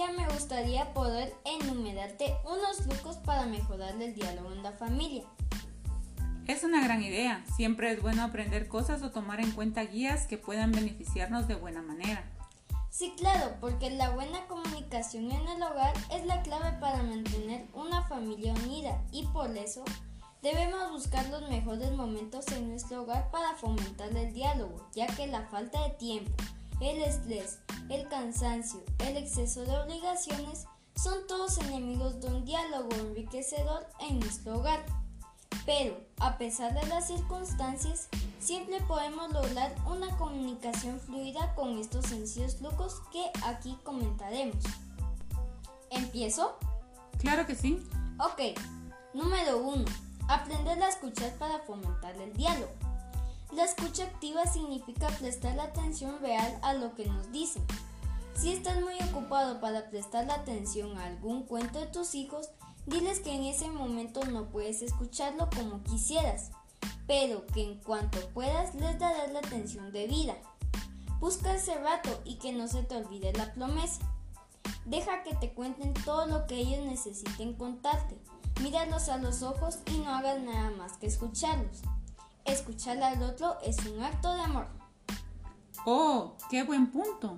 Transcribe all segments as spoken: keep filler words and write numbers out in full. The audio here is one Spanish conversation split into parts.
familia, me gustaría poder enumerarte unos trucos para mejorar el diálogo en la familia. Es una gran idea. Siempre es bueno aprender cosas o tomar en cuenta guías que puedan beneficiarnos de buena manera. Sí, claro, porque la buena comunicación en el hogar es la clave para mantener una familia unida y por eso debemos buscar los mejores momentos en nuestro hogar para fomentar el diálogo, ya que la falta de tiempo, el estrés, el cansancio, el exceso de obligaciones son todos enemigos de un diálogo enriquecedor en nuestro hogar. Pero, a pesar de las circunstancias, siempre podemos lograr una comunicación fluida con estos sencillos trucos que aquí comentaremos. ¿Empiezo? Claro que sí. Ok, número uno. Aprender a escuchar para fomentar el diálogo. La escucha activa significa prestar la atención real a lo que nos dicen. Si estás muy ocupado para prestar la atención a algún cuento de tus hijos, diles que en ese momento no puedes escucharlo como quisieras, pero que en cuanto puedas les darás la atención debida. Busca ese rato y que no se te olvide la promesa. Deja que te cuenten todo lo que ellos necesiten contarte. Míralos a los ojos y no hagas nada más que escucharlos. Escuchar al otro es un acto de amor. ¡Oh, qué buen punto!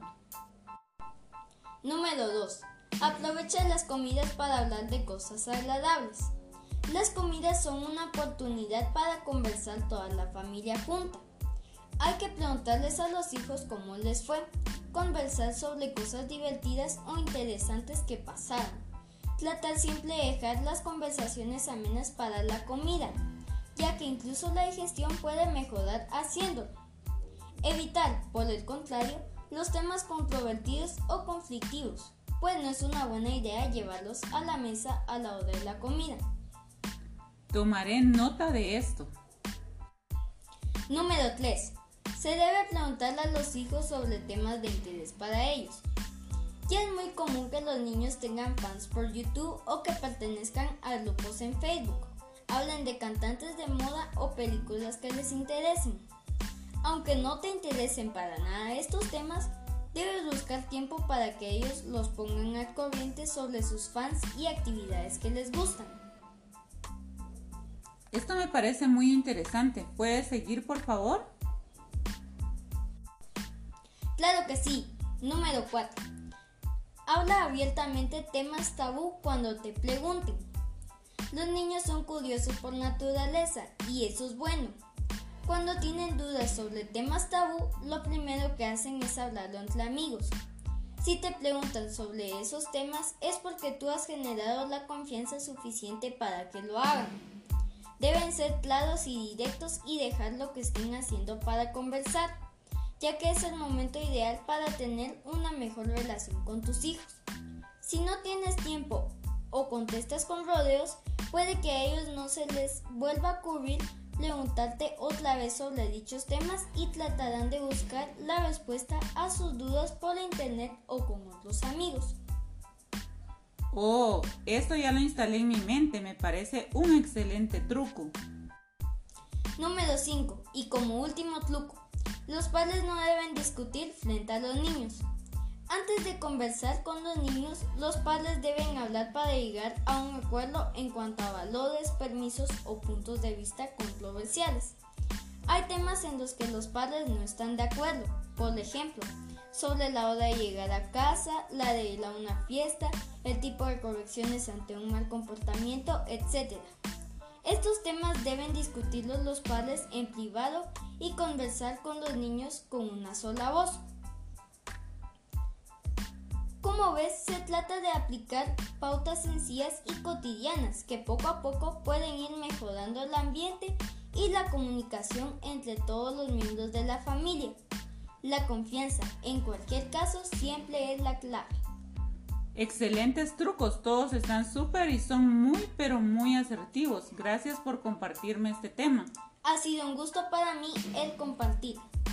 Número dos. Aprovecha las comidas para hablar de cosas agradables. Las comidas son una oportunidad para conversar toda la familia junta. Hay que preguntarles a los hijos cómo les fue, conversar sobre cosas divertidas o interesantes que pasaron. Tratar siempre de dejar las conversaciones amenas para la comida, ya que incluso la digestión puede mejorar haciéndolo. Evitar, por el contrario, los temas controvertidos o conflictivos, pues no es una buena idea llevarlos a la mesa a la hora de la comida. Tomaré nota de esto. Número tres. Se debe preguntarle a los hijos sobre temas de interés para ellos. Ya es muy común que los niños tengan fans por YouTube o que pertenezcan a grupos en Facebook. Hablen de cantantes de moda o películas que les interesen. Aunque no te interesen para nada estos temas, debes buscar tiempo para que ellos los pongan al corriente sobre sus fans y actividades que les gustan. Esto me parece muy interesante. ¿Puedes seguir, por favor? Claro que sí. Número cuatro. Habla abiertamente temas tabú cuando te pregunten. Los niños son curiosos por naturaleza y eso es bueno. Cuando tienen dudas sobre temas tabú, lo primero que hacen es hablarlo entre amigos. Si te preguntan sobre esos temas es porque tú has generado la confianza suficiente para que lo hagan. Deben ser claros y directos y dejar lo que estén haciendo para conversar, ya que es el momento ideal para tener una mejor relación con tus hijos. Si no tienes tiempo o contestas con rodeos, puede que a ellos no se les vuelva a ocurrir preguntarte otra vez sobre dichos temas y tratarán de buscar la respuesta a sus dudas por internet o con otros amigos. Oh, esto ya lo instalé en mi mente, me parece un excelente truco. Número cinco. Y como último truco, los padres no deben discutir frente a los niños. Antes de conversar con los niños, los padres deben hablar para llegar a un acuerdo en cuanto a valores, permisos o puntos de vista controversiales. Hay temas en los que los padres no están de acuerdo, por ejemplo, sobre la hora de llegar a casa, la de ir a una fiesta, el tipo de correcciones ante un mal comportamiento, etcétera. Estos temas deben discutirlos los padres en privado y conversar con los niños con una sola voz. Como ves, se trata de aplicar pautas sencillas y cotidianas que poco a poco pueden ir mejorando el ambiente y la comunicación entre todos los miembros de la familia. La confianza, en cualquier caso, siempre es la clave. Excelentes trucos, todos están súper y son muy pero muy asertivos. Gracias por compartirme este tema. Ha sido un gusto para mí el compartir.